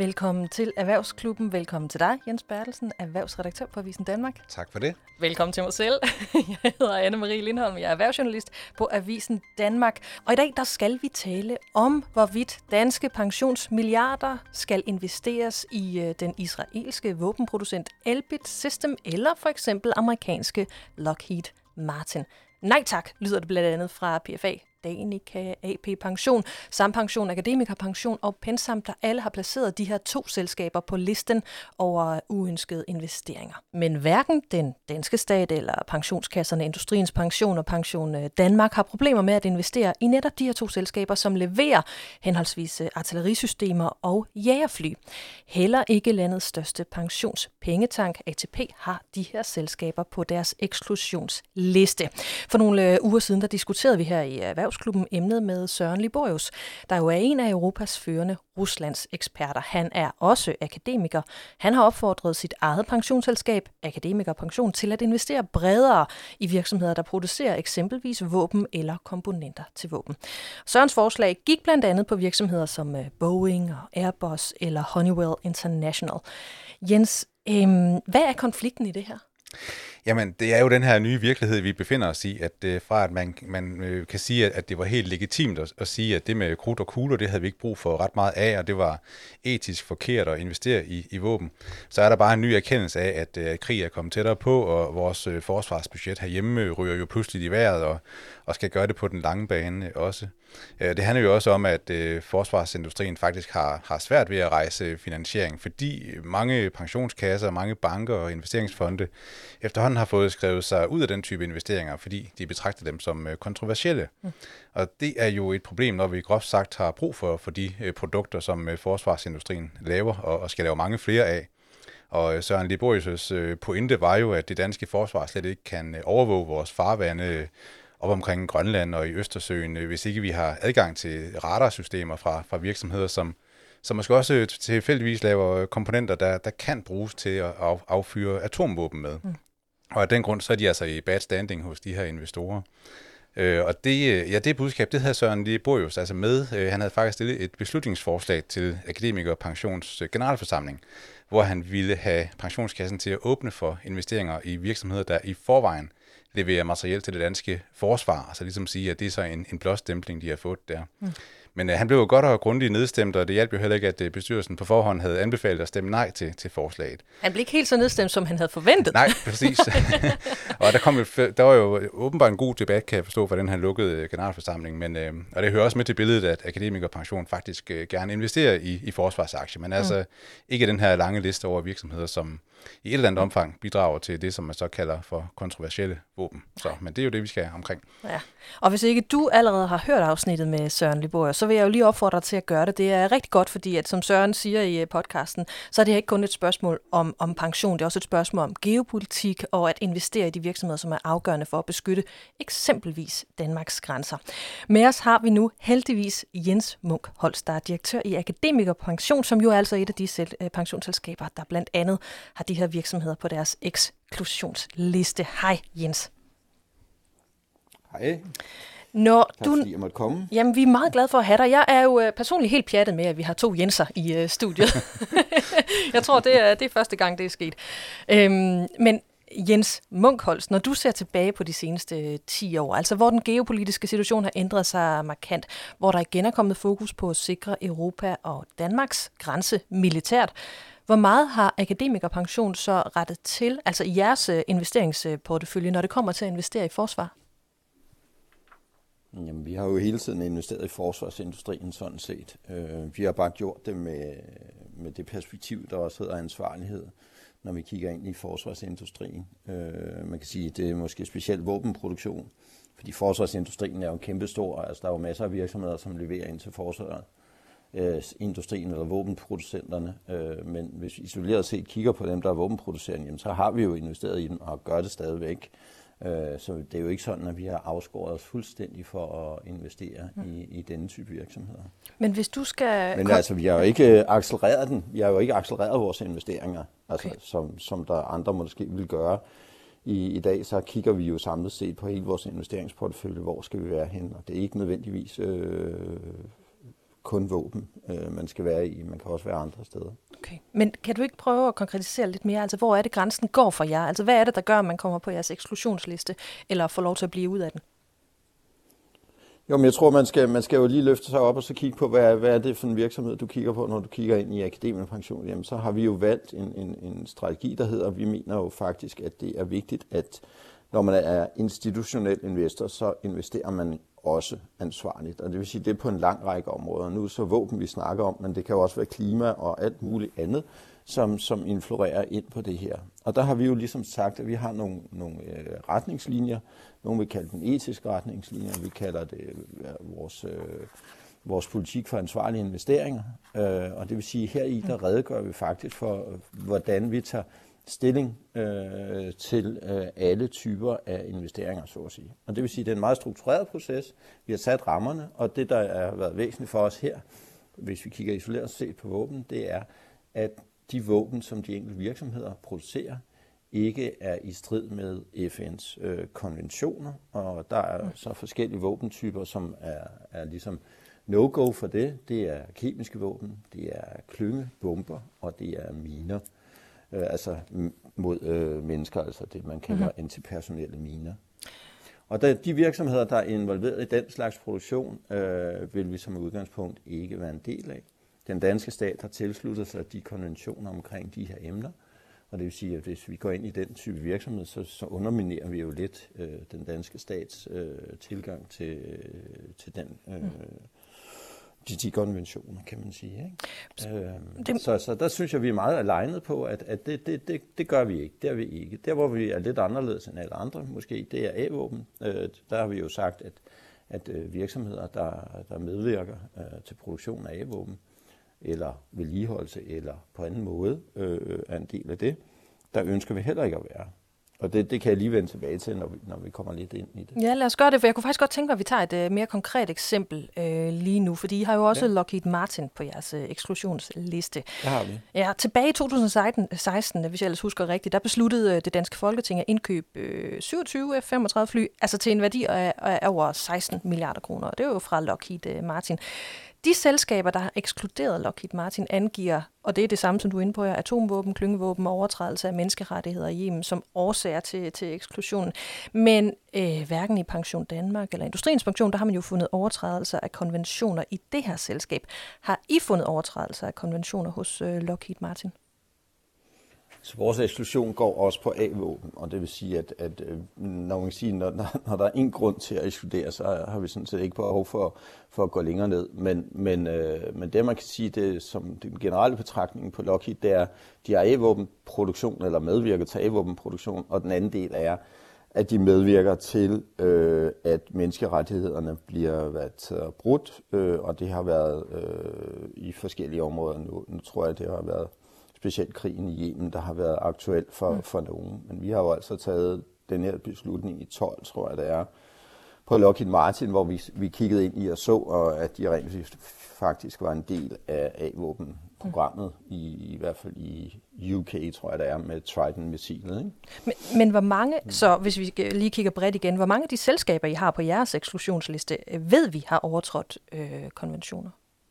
Velkommen til Erhvervsklubben. Velkommen til dig, Jens Bertelsen, erhvervsredaktør på Avisen Danmark. Tak for det. Velkommen til mig selv. Jeg hedder Anne-Marie Lindholm, jeg er erhvervsjournalist på Avisen Danmark. Og i dag der skal vi tale om, hvorvidt danske pensionsmilliarder skal investeres i den israelske våbenproducent Elbit System eller for eksempel amerikanske Lockheed Martin. Nej tak, lyder det blandt andet fra PFA, Danica, AP Pension, Sampension, Akademikerpension og Pensam, der alle har placeret de her 2 selskaber på listen over uønskede investeringer. Men hverken den danske stat eller pensionskasserne, Industriens Pension og Pension Danmark har problemer med at investere i netop de her 2 selskaber, som leverer henholdsvis artillerisystemer og jagerfly. Heller ikke landets største pensionspengetank, ATP, har de her selskaber på deres eksklusionsliste. For nogle uger siden, der diskuterede vi her i Erhvervsklubben emnet med Søren Liborius, der jo er en af Europas førende Ruslands eksperter. Han er også akademiker. Han har opfordret sit eget pensionsselskab, Akademikerpension, til at investere bredere i virksomheder, der producerer eksempelvis våben eller komponenter til våben. Sørens forslag gik blandt andet på virksomheder som Boeing og Airbus eller Honeywell International. Jens, hvad er konflikten i det her? Jamen, det er jo den her nye virkelighed, vi befinder os i, at fra at man kan sige, at det var helt legitimt at sige, at det med krudt og kugler, det havde vi ikke brug for ret meget af, og det var etisk forkert at investere i våben. Så er der bare en ny erkendelse af, at krig er kommet tættere på, og vores forsvarsbudget herhjemme ryger jo pludselig i vejret, og skal gøre det på den lange bane også. Det handler jo også om, at forsvarsindustrien faktisk har svært ved at rejse finansiering, fordi mange pensionskasser, mange banker og investeringsfonde efterhånden har fået skrevet sig ud af den type investeringer, fordi de betragter dem som kontroversielle. Og det er jo et problem, når vi groft sagt har brug for de produkter, som forsvarsindustrien laver og skal lave mange flere af. Og Søren Liborius' pointe var jo, at det danske forsvar slet ikke kan overvåge vores farvande op omkring Grønland og i Østersøen, hvis ikke vi har adgang til radarsystemer fra virksomheder, som måske også tilfældigvis laver komponenter, der kan bruges til at affyre atomvåben med. Og af den grund, så er de altså i bad standing hos de her investorer. Og det budskab, det havde Søren Liborius altså med. Han havde faktisk stillet et beslutningsforslag til Akademikerpensions generalforsamling, hvor han ville have pensionskassen til at åbne for investeringer i virksomheder, der i forvejen leverer materiel til det danske forsvar. Altså ligesom sige, at det er så en blåstempling, de har fået der. Men han blev jo godt og grundigt nedstemt, og det hjalp jo heller ikke, at bestyrelsen på forhånd havde anbefalet at stemme nej til forslaget. Han blev ikke helt så nedstemt, som han havde forventet. Nej, præcis. Og der var jo åbenbart en god debat, kan jeg forstå, for den her lukkede generalforsamling. Og det hører også med til billedet, at Akademikerpension faktisk gerne investerer i forsvarsaktier, men altså ikke den her lange liste over virksomheder, som i et eller andet omfang bidrager til det, som man så kalder for kontroversielle våben. Men det er jo det, vi skal omkring. Ja. Og hvis ikke du allerede har hørt afsnittet med Søren Liborius, så vil jeg jo lige opfordre dig til at gøre det. Det er rigtig godt, fordi at, som Søren siger i podcasten, så er det her ikke kun et spørgsmål om pension, det er også et spørgsmål om geopolitik og at investere i de virksomheder, som er afgørende for at beskytte eksempelvis Danmarks grænser. Med os har vi nu heldigvis Jens Munk Holst, der er direktør i Akademikerpension, som jo er altså et af de pensionsselskaber, der blandt andet har de her virksomheder på deres eksklusionsliste. Hej Jens. Hej. Tak fordi jeg måtte komme. Jamen, vi er meget glade for at have dig. Jeg er jo personligt helt pjattet med, at vi har 2 Jenser i studiet. Jeg tror, det er første gang, det er sket. Men Jens Munk Holst, når du ser tilbage på de seneste 10 år, altså hvor den geopolitiske situation har ændret sig markant, hvor der igen er kommet fokus på at sikre Europa og Danmarks grænse militært, hvor meget har Akademikerpension så rettet til, altså i jeres investeringsportefølje, når det kommer til at investere i forsvar? Jamen, vi har jo hele tiden investeret i forsvarsindustrien sådan set. Vi har bare gjort det med det perspektiv, der også hedder ansvarlighed, når vi kigger ind i forsvarsindustrien. Man kan sige, at det er måske specielt våbenproduktion, fordi forsvarsindustrien er jo kæmpestor. Altså, der er jo masser af virksomheder, som leverer ind til forsvaret. Industrien eller våbenproducenterne, men hvis vi isoleret set kigger på dem, der er våbenproducerende, jamen, så har vi jo investeret i dem og gør det stadigvæk. Så det er jo ikke sådan, at vi har afskåret os fuldstændig for at investere i denne type virksomheder. Men hvis du skal... Men altså, vi har jo ikke accelereret den. Vi har jo ikke accelereret vores investeringer, okay. Altså, som der andre måske vil gøre. I dag så kigger vi jo samlet set på hele vores investeringsportefølje, hvor skal vi være hen, og det er ikke nødvendigvis kun våben, man skal være i. Man kan også være andre steder. Okay. Men kan du ikke prøve at konkretisere lidt mere? Altså, hvor er det, grænsen går for jer? Altså, hvad er det, der gør, at man kommer på jeres eksklusionsliste, eller får lov til at blive ud af den? Jo, men jeg tror, man skal jo lige løfte sig op og så kigge på, hvad er det for en virksomhed, du kigger på, når du kigger ind i akademikerpension. Jamen, så har vi jo valgt en strategi, der hedder, vi mener jo faktisk, at det er vigtigt, at når man er institutionel investor, så investerer man også ansvarligt. Og det vil sige, det er på en lang række områder. Nu er så våben, vi snakker om, men det kan jo også være klima og alt muligt andet, som influerer ind på det her. Og der har vi jo ligesom sagt, at vi har nogle retningslinjer. Nogle vil kalde den etiske retningslinjer, vi kalder det vores politik for ansvarlige investeringer. Og det vil sige, at heri der redegør vi faktisk for, hvordan vi tager stilling til alle typer af investeringer, så at sige. Og det vil sige, at det er en meget struktureret proces. Vi har sat rammerne, og det, der har været væsentligt for os her, hvis vi kigger isoleret set på våben, det er, at de våben, som de enkelte virksomheder producerer, ikke er i strid med FN's konventioner, og der er så forskellige våbentyper, som er ligesom no-go for det. Det er kemiske våben, det er klyngebomber, og det er miner, altså mod mennesker, altså det, man kalder antipersonelle miner. Og de virksomheder, der er involveret i den slags produktion, vil vi som udgangspunkt ikke være en del af. Den danske stat har tilsluttet sig de konventioner omkring de her emner, og det vil sige, at hvis vi går ind i den type virksomhed, så underminerer vi jo lidt den danske stats tilgang til den de konventioner, kan man sige. Ikke? Så der synes jeg, vi er meget alignet på, at det gør vi ikke. Det er vi ikke. Der, hvor vi er lidt anderledes end alle andre, måske, det er A-våben. Der har vi jo sagt, at virksomheder, der medvirker til produktion af A-våben, eller vedligeholdelse, eller på anden måde er en del af det, der ønsker vi heller ikke at være. Og det kan jeg lige vende tilbage til, når vi kommer lidt ind i det. Ja, lad os gøre det, for jeg kunne faktisk godt tænke mig, at vi tager et mere konkret eksempel lige nu, fordi I har jo også Lockheed Martin på jeres eksklusionsliste. Det har vi. Ja, tilbage i 2016, hvis jeg ellers husker rigtigt, der besluttede det danske Folketing at indkøbe 27 F-35 fly, altså til en værdi af over 16 milliarder kroner. Det er jo fra Lockheed Martin. De selskaber, der har ekskluderet Lockheed Martin, angiver, og det er det samme, som du er inde på, atomvåben, klyngebåben og overtrædelse af menneskerettigheder i Yemen som årsager til eksklusionen. Men hverken i Pension Danmark eller Industriens Pension, der har man jo fundet overtrædelser af konventioner i det her selskab. Har I fundet overtrædelser af konventioner hos Lockheed Martin? Så vores eksklusion går også på A-våben, og det vil sige, at når man kan sige, når der er en grund til at ekskludere, så har vi sådan set ikke behov for at gå længere ned. Men det, man kan sige, det som den generelle betragtning på Lockheed, det er, de har A-våbenproduktion eller medvirker til A-våbenproduktion, og den anden del er, at de medvirker til, at menneskerettighederne bliver brudt, og det har været i forskellige områder nu. Nu tror jeg, det har været specielt krigen i Yemen, der har været aktuel for nogen. Men vi har jo altså taget den her beslutning i 12, tror jeg det er, på Lockheed Martin, hvor vi kiggede ind i og så, at de rent faktisk var en del af A-våbenprogrammet, i hvert fald i UK, tror jeg det er, med Trident-missilet. Ikke? Men hvor mange, så hvis vi lige kigger bredt igen, hvor mange af de selskaber, I har på jeres eksklusionsliste, ved vi har overtrådt konventioner?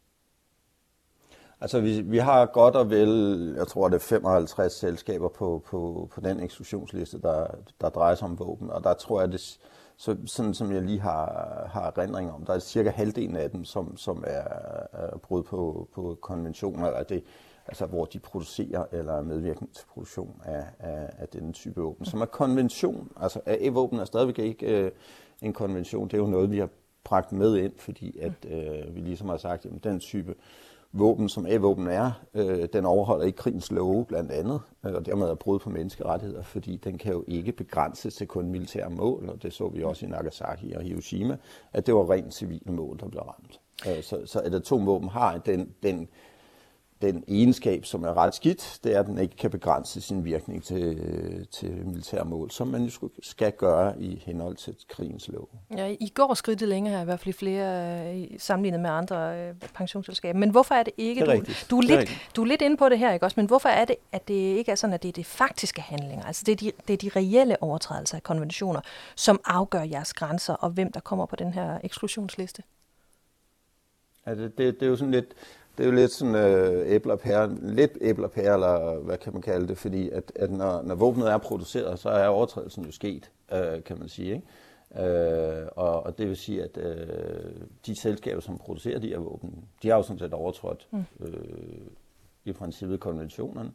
Altså vi har godt og vel, jeg tror det er 55 selskaber på den eksklusionsliste, der drejer sig om våben, og der tror jeg, det, sådan som jeg lige har erindring om, der er cirka halvdelen af dem, som er brud på konventioner, altså hvor de producerer eller er medvirkende til produktion af denne type våben, som er konvention. Altså A-våben er stadigvæk ikke en konvention, det er jo noget, vi har bragt med ind, fordi at vi ligesom har sagt, at den type våben, som A-våben er, den overholder ikke krigens love blandt andet, og dermed er brud på menneskerettigheder, fordi den kan jo ikke begrænses til kun militære mål, og det så vi også i Nagasaki og Hiroshima, at det var rent civile mål, der blev ramt. Så et atomvåben har den egenskab, som er ret skidt, det er, at den ikke kan begrænse sin virkning til militære mål, som man jo skal gøre i henhold til krigens lov. Ja, I går skridtet længere her, i hvert fald flere sammenlignet med andre pensionsselskaber. Men hvorfor er det ikke? Du er lidt inde på det her, ikke også? Men hvorfor er det, at det ikke er sådan, at det er de faktiske handlinger, altså det er de reelle overtrædelser af konventioner, som afgør jeres grænser, og hvem der kommer på den her eksklusionsliste? Altså, det er jo sådan lidt, det er jo lidt sådan æbler og pærer, eller hvad kan man kalde det, fordi at når våbnet er produceret, så er overtrædelsen jo sket, kan man sige, ikke? Og det vil sige, at de selskaber, som producerer de her våben, de har jo sådan set overtrådt i princippet konventionerne.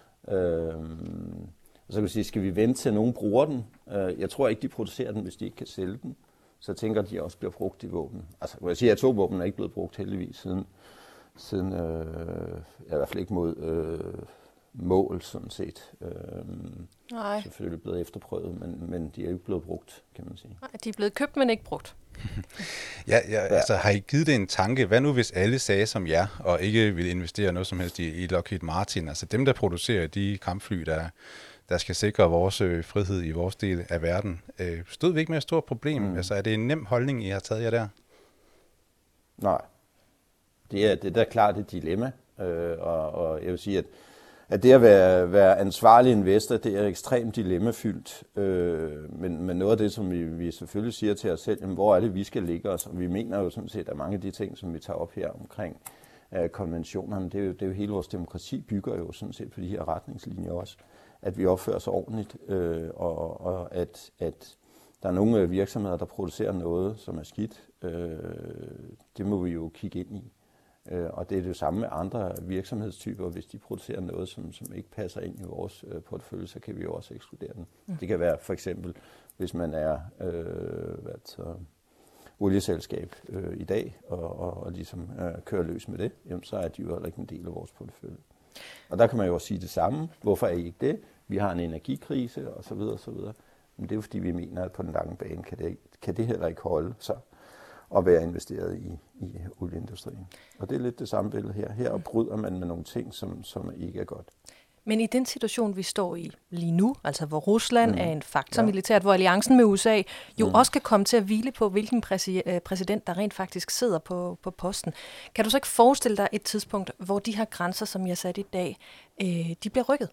Og så kan vi sige, skal vi vente til, at nogen bruger den? Jeg tror ikke, de producerer den, hvis de ikke kan sælge den. Så jeg tænker, at de også bliver brugt i våben. Altså, kan jeg sige, at atomvåben er ikke blevet brugt heldigvis siden i hvert fald ikke mod mål, sådan set. Nej. Selvfølgelig blevet efterprøvet, men de er jo ikke blevet brugt, kan man sige. Nej, de er blevet købt, men ikke brugt. Altså, har I givet det en tanke? Hvad nu, hvis alle sagde som jer, og ikke ville investere noget som helst i Lockheed Martin? Altså dem, der producerer de kampfly, der skal sikre vores frihed i vores del af verden. Stod vi ikke med et stort problem? Altså, er det en nem holdning, I har taget jer der? Nej. Det er da klart et dilemma, og jeg vil sige, at det at være ansvarlig investor, det er ekstremt dilemmafyldt. Men noget af det, som vi selvfølgelig siger til os selv, jamen, hvor er det, vi skal ligge os? Og vi mener jo sådan set, at mange af de ting, som vi tager op her omkring konventionerne, det er jo hele vores demokrati bygger jo sådan set på de her retningslinjer også. At vi opfører os ordentligt, og at der er nogle virksomheder, der producerer noget, som er skidt. Det må vi jo kigge ind i. Og det er det samme med andre virksomhedstyper. Hvis de producerer noget, som ikke passer ind i vores portefølje, så kan vi jo også ekskludere den. Det kan være for eksempel, hvis man er olieselskab i dag, og ligesom kører løs med det, jamen, så er de jo heller ikke en del af vores portefølje. Og der kan man jo også sige det samme. Hvorfor er I ikke det? Vi har en energikrise, og så videre, og så videre. Men det er jo fordi, vi mener, at på den lange bane kan det heller ikke holde sig at være investeret i olieindustrien. Og det er lidt det samme billede her. Her bryder man med nogle ting, som ikke er godt. Men i den situation, vi står i lige nu, altså hvor Rusland er en faktor militært, hvor alliancen med USA jo også kan komme til at hvile på, hvilken præsident, der rent faktisk sidder på posten. Kan du så ikke forestille dig et tidspunkt, hvor de her grænser, som jeg satte i dag, de bliver rykket?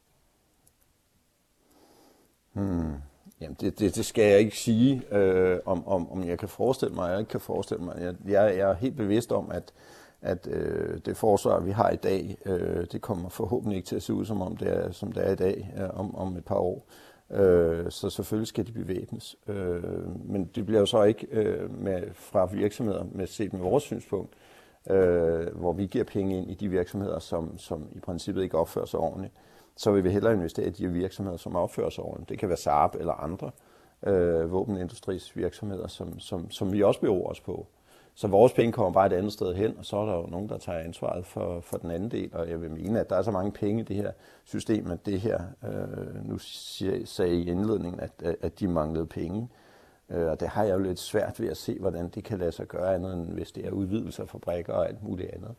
Jamen, det skal jeg ikke sige, om jeg kan forestille mig, eller ikke kan forestille mig. Jeg er helt bevidst om, at det forsvar, vi har i dag, det kommer forhåbentlig ikke til at se ud, som det er i dag, om et par år. Så selvfølgelig skal de bevæbnes. Men det bliver jo så ikke fra virksomheder, set med vores synspunkt, hvor vi giver penge ind i de virksomheder, som i princippet ikke opfører sig ordentligt. Så vil vi hellere investere i de virksomheder, som opfører sig ordentligt. Det kan være Saab eller andre våbenindustris virksomheder, som vi også beror os på. Så vores penge kommer bare et andet sted hen, og så er der jo nogen, der tager ansvaret for den anden del. Og jeg vil mene, at der er så mange penge i det her system, at det her, nu sagde I i indledningen, at de manglede penge. Og det har jeg jo lidt svært ved at se, hvordan det kan lade sig gøre andet, end hvis det er udvidelse af fabrikker og alt muligt andet.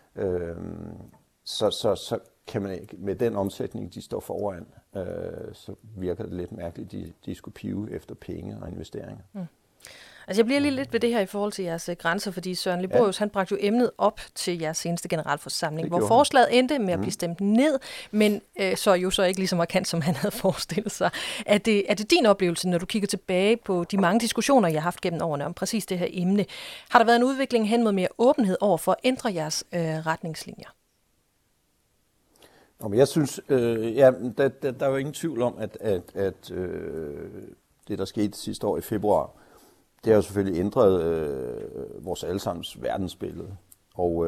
Så kan man ikke, med den omsætning, de står foran, så virker det lidt mærkeligt, de skulle pive efter penge og investeringer. Altså jeg bliver lige lidt ved det her i forhold til jeres grænser, fordi Søren Liborius, han bragte jo emnet op til jeres seneste generalforsamling, hvor forslaget endte med at blive stemt ned, men så ikke lige så markant, som han havde forestillet sig. Er det din oplevelse, når du kigger tilbage på de mange diskussioner, jeg har haft gennem årene om præcis det her emne? Har der været en udvikling hen mod mere åbenhed over for at ændre jeres retningslinjer? Men jeg synes, der er jo ingen tvivl om, at det, der skete sidste år i februar, det har jo selvfølgelig ændret vores allesammens verdensbillede. Og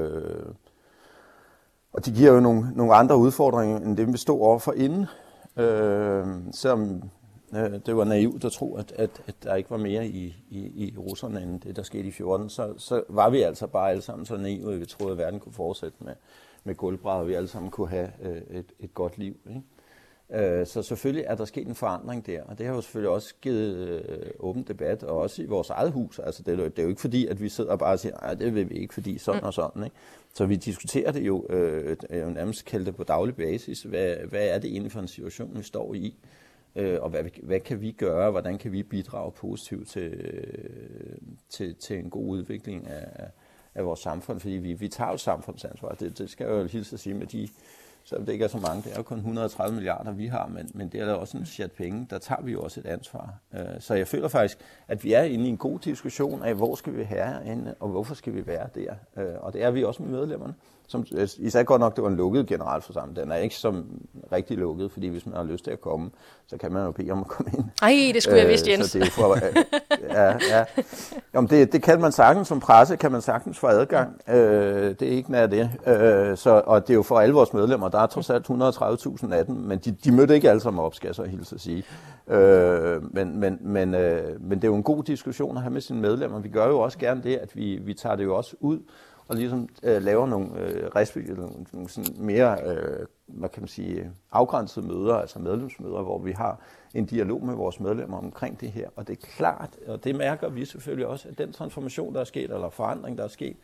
det giver jo nogle andre udfordringer, end dem vi stod overfor inden. Selvom det var naivt at tro, at der ikke var mere i russerne, end det, der skete i 14, så var vi altså bare alle sammen så naive, at vi troede, at verden kunne fortsætte med gulvbrædder, og vi alle sammen kunne have et godt liv, ikke? Så selvfølgelig er der sket en forandring der, og det har jo selvfølgelig også givet åben debat, og også i vores eget hus. Altså det er jo ikke fordi, at vi sidder og bare siger, nej, det vil vi ikke, fordi sådan og sådan, ikke? Så vi diskuterer det jo, nærmest kaldt det på daglig basis. Hvad er det egentlig for en situation, vi står i? Og hvad kan vi gøre? Hvordan kan vi bidrage positivt til en god udvikling af vores samfund? Fordi vi tager jo samfundsansvar. Det skal jeg jo hilse at sige med så det ikke er så mange. Det er jo kun 130 milliarder, vi har, men det er der også en chat penge. Der tager vi jo også et ansvar. Så jeg føler faktisk, at vi er inde i en god diskussion af, hvor skal vi herinde, og hvorfor skal vi være der. Og det er vi også med medlemmerne. Som, især godt nok, det var en lukket generalforsamling. Den er ikke som rigtig lukket, fordi hvis man har lyst til at komme, så kan man jo bede om at komme ind. Ej, det skulle jeg vidst, Jens. Så det er for, ja. Jamen, det kan man sagtens som presse, kan man sagtens få adgang. Det er ikke nær det. Og det er jo for alle vores medlemmer. Der er trods alt 130.000 af dem, men de mødte ikke alle sammen op, skal jeg så hilse at sige. Men det er jo en god diskussion at have med sine medlemmer. Vi gør jo også gerne det, at vi tager det jo også ud og ligesom laver nogle sådan mere, hvad kan man sige, afgrænsede møder, altså medlemsmøder, hvor vi har en dialog med vores medlemmer omkring det her. Og det er klart, og det mærker vi selvfølgelig også, at den transformation, der er sket, eller forandring, der er sket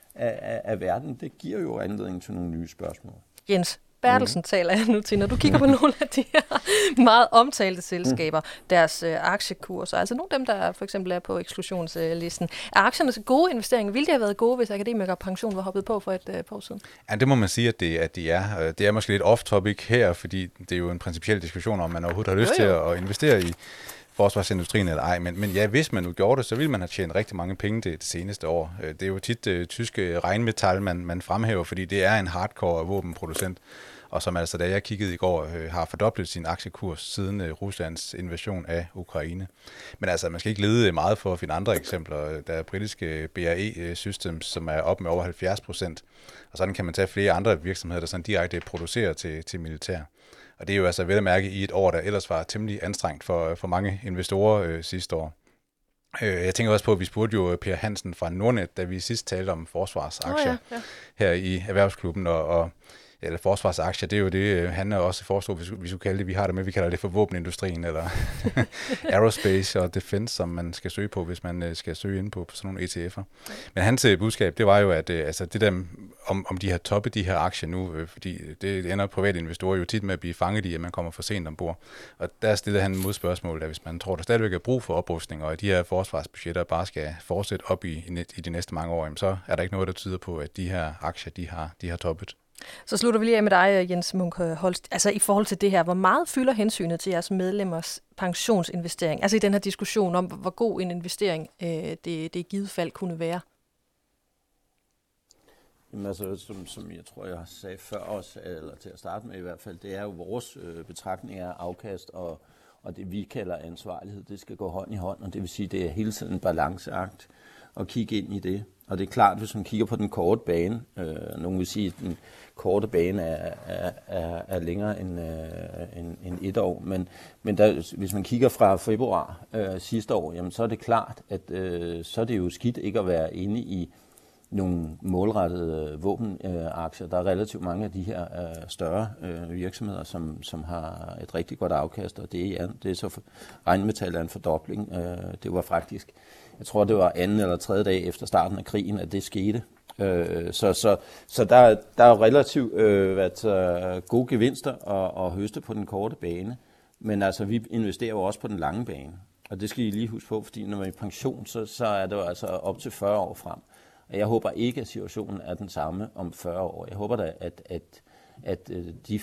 af verden, det giver jo anledning til nogle nye spørgsmål. Jens Bertelsen taler jeg nu til, når du kigger på nogle af de her meget omtalte selskaber, deres aktiekurser, altså nogle af dem, der for eksempel er på eksklusionslisten. Er aktierne så gode investeringer? Ville de have været gode, hvis Akademiker Pension var hoppet på for et par år siden? Ja, det må man sige, at de er. Det er måske lidt off-topic her, fordi det er jo en principiel diskussion, om man overhovedet har lyst til at investere i forsvarsindustrien eller ej, men ja, hvis man nu gjorde det, så ville man have tjent rigtig mange penge det seneste år. Det er jo tit tyske Rheinmetall, man fremhæver, fordi det er en hardcore våbenproducent, og som altså, da jeg kiggede i går, har fordoblet sin aktiekurs siden Ruslands invasion af Ukraine. Men altså, man skal ikke lede meget for at finde andre eksempler. Der er britiske BAE Systems, som er op med over 70%, og sådan kan man tage flere andre virksomheder, der sådan direkte producerer til militær. Og det er jo altså vel at mærke i et år, der ellers var temmelig anstrengt for mange investorer sidste år. Jeg tænker også på, at vi spurgte jo Per Hansen fra Nordnet, da vi sidst talte om forsvarsaktier her i Erhvervsklubben, eller forsvarsaktier, det er jo det, han også foreslår, hvis vi skulle kalde det, vi kalder det for våbenindustrien, eller aerospace og defense, som man skal søge på, hvis man skal søge ind på sådan nogle ETF'er. Men hans budskab, det var jo, at altså det der, om de har toppet de her aktier nu, fordi det ender private investorer jo tit med at blive fanget i, at man kommer for sent ombord. Og der stillede han modspørgsmål, at hvis man tror, der stadigvæk er brug for oprustning, og at de her forsvarsbudgetter bare skal fortsætte op i de næste mange år, så er der ikke noget, der tyder på, at de her aktier, de har toppet. Så slutter vi lige af med dig, Jens Munk Holst. Altså i forhold til det her, hvor meget fylder hensynet til jeres medlemmers pensionsinvestering? Altså i den her diskussion om, hvor god en investering det i givet fald kunne være? Jamen altså, som jeg tror, jeg sagde før også, eller til at starte med i hvert fald, det er jo vores betragtning af afkast og det vi kalder ansvarlighed. Det skal gå hånd i hånd, og det vil sige, det er hele tiden en balanceakt at kigge ind i det. Og det er klart, hvis man kigger på den korte bane, nogen vil sige, at den korte bane er længere end et år, men hvis man kigger fra februar sidste år, jamen, så er det klart, at så er det jo skidt ikke at være inde i nogle målrettede våbenaktier. Der er relativt mange af de her større virksomheder, som har et rigtig godt afkast, og det er så Rheinmetall er en fordobling. Det var faktisk, jeg tror det var anden eller tredje dag efter starten af krigen, at det skete. Så der er jo relativt gode gevinster at høste på den korte bane, men altså vi investerer jo også på den lange bane. Og det skal I lige huske på, fordi når man er i pension, så er det jo altså op til 40 år frem. Jeg håber ikke, at situationen er den samme om 40 år. Jeg håber da, at de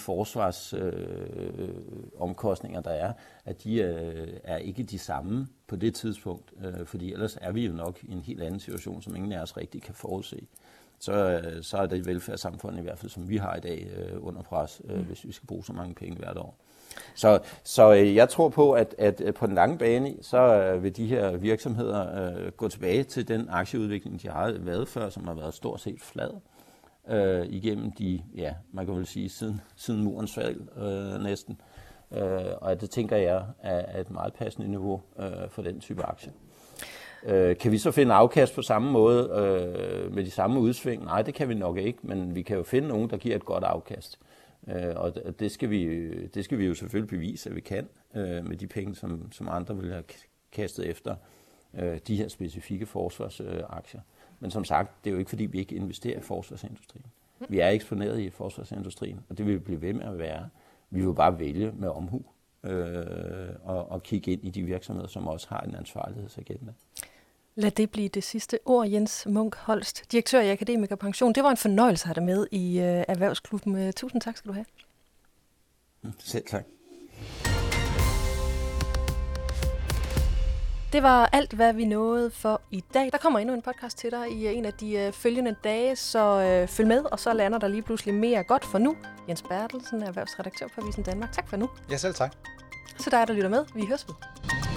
forsvarsomkostninger, der er, at de er ikke de samme på det tidspunkt. Fordi ellers er vi jo nok i en helt anden situation, som ingen af os rigtig kan forudse. Så er det velfærdssamfund i hvert fald, som vi har i dag, under pres, hvis vi skal bruge så mange penge hvert år. Så jeg tror på, at på den lange bane, så vil de her virksomheder gå tilbage til den aktieudvikling, de har været før, som har været stort set flad igennem man kan vel sige, siden murens fald næsten. Og det tænker jeg er et meget passende niveau for den type aktie. Kan vi så finde afkast på samme måde med de samme udsving? Nej, det kan vi nok ikke, men vi kan jo finde nogen, der giver et godt afkast. Og det skal vi jo selvfølgelig bevise, at vi kan med de penge, som andre vil have kastet efter de her specifikke forsvarsaktier. Men som sagt, det er jo ikke fordi, vi ikke investerer i forsvarsindustrien. Vi er eksponeret i forsvarsindustrien, og det vil vi blive ved med at være. Vi vil bare vælge med omhu og kigge ind i de virksomheder, som også har en ansvarlighedsagenda. Lad det blive det sidste ord, Jens Munk Holst, direktør i Akademiker Pension. Det var en fornøjelse at have dig med i Erhvervsklubben. Tusind tak skal du have. Selv tak. Det var alt, hvad vi nåede for i dag. Der kommer endnu en podcast til dig i en af de følgende dage, så følg med, og så lander der lige pludselig mere godt for nu. Jens Bertelsen, erhvervsredaktør på Avisen Danmark. Tak for nu. Ja, selv tak. Så dig, der lytter med. Vi høres ved.